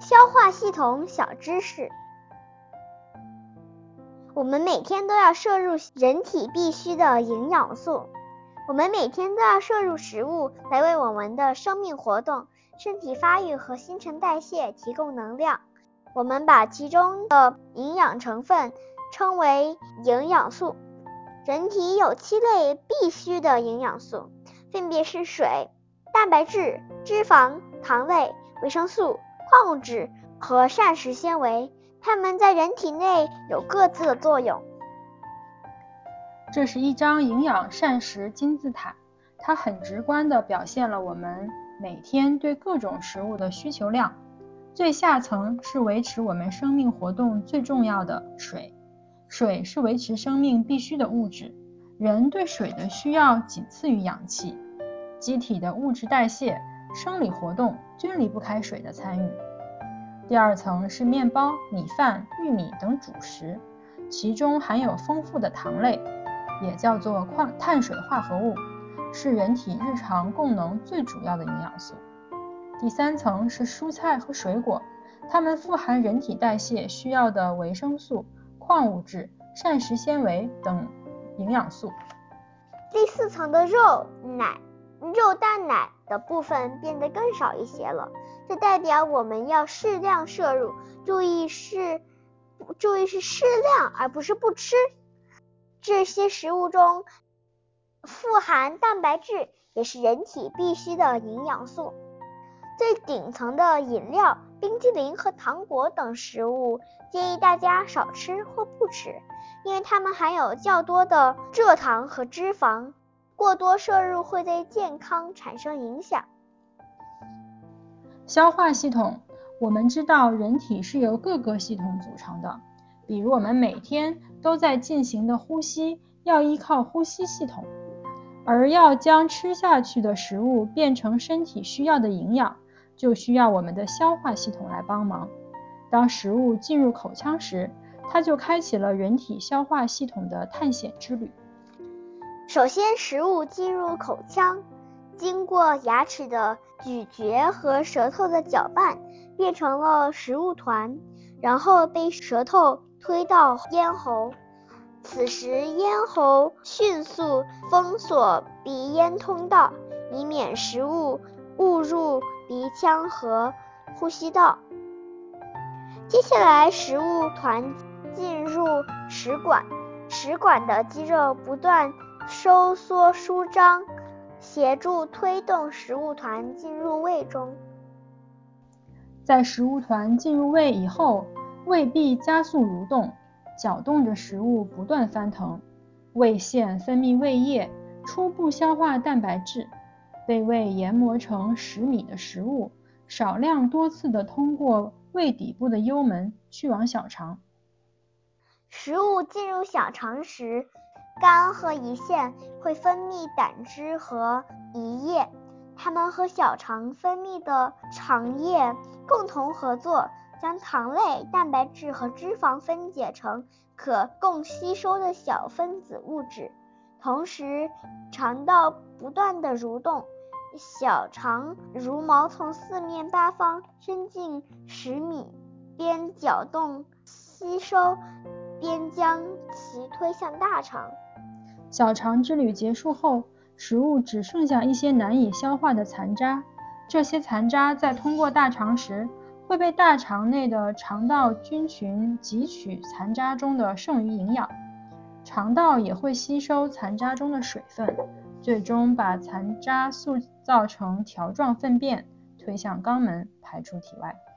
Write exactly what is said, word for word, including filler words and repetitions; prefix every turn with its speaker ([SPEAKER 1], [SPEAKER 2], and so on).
[SPEAKER 1] 消化系统小知识。我们每天都要摄入人体必需的营养素，我们每天都要摄入食物来为我们的生命活动、身体发育和新陈代谢提供能量。我们把其中的营养成分称为营养素。人体有七类必需的营养素，分别是水、蛋白质、脂肪、糖类、维生素、矿物质和膳食纤维，它们在人体内有各自的作用。
[SPEAKER 2] 这是一张营养膳食金字塔，它很直观地表现了我们每天对各种食物的需求量。最下层是维持我们生命活动最重要的水，水是维持生命必需的物质，人对水的需要仅次于氧气。机体的物质代谢、生理活动均离不开水的参与。第二层是面包、米饭、玉米等主食，其中含有丰富的糖类，也叫做矿碳水化合物，是人体日常供能最主要的营养素。第三层是蔬菜和水果，它们富含人体代谢需要的维生素、矿物质、膳食纤维等营养素。
[SPEAKER 1] 第四层的肉、奶、肉蛋奶的部分变得更少一些了，这代表我们要适量摄入，注意是注意是适量而不是不吃。这些食物中富含蛋白质，也是人体必需的营养素。最顶层的饮料、冰激凌和糖果等食物，建议大家少吃或不吃，因为它们含有较多的蔗糖和脂肪，过多摄入会对健康产生影响。
[SPEAKER 2] 消化系统，我们知道人体是由各个系统组成的，比如我们每天都在进行的呼吸，要依靠呼吸系统，而要将吃下去的食物变成身体需要的营养，就需要我们的消化系统来帮忙。当食物进入口腔时，它就开启了人体消化系统的探险之旅。
[SPEAKER 1] 首先，食物进入口腔，经过牙齿的咀嚼和舌头的搅拌，变成了食物团，然后被舌头推到咽喉。此时咽喉迅速封锁鼻咽通道，以免食物误入鼻腔和呼吸道。接下来食物团进入食管，食管的肌肉不断收缩舒张，协助推动食物团进入胃中。
[SPEAKER 2] 在食物团进入胃以后，胃壁加速蠕动，搅动着食物不断翻腾，胃腺分泌胃液，初步消化蛋白质，被胃研磨成十米的食物，少量多次的通过胃底部的幽门去往小肠。
[SPEAKER 1] 食物进入小肠时，肝和胰腺会分泌胆汁和胰液，它们和小肠分泌的肠液共同合作，将糖类、蛋白质和脂肪分解成可供吸收的小分子物质。同时，肠道不断的蠕动，小肠蠕毛从四面八方伸进十米，边搅动吸收，边将其推向大肠。
[SPEAKER 2] 小肠之旅结束后，食物只剩下一些难以消化的残渣，这些残渣在通过大肠时，会被大肠内的肠道菌群汲取残渣中的剩余营养，肠道也会吸收残渣中的水分，最终把残渣塑造成条状粪便，推向肛门排出体外。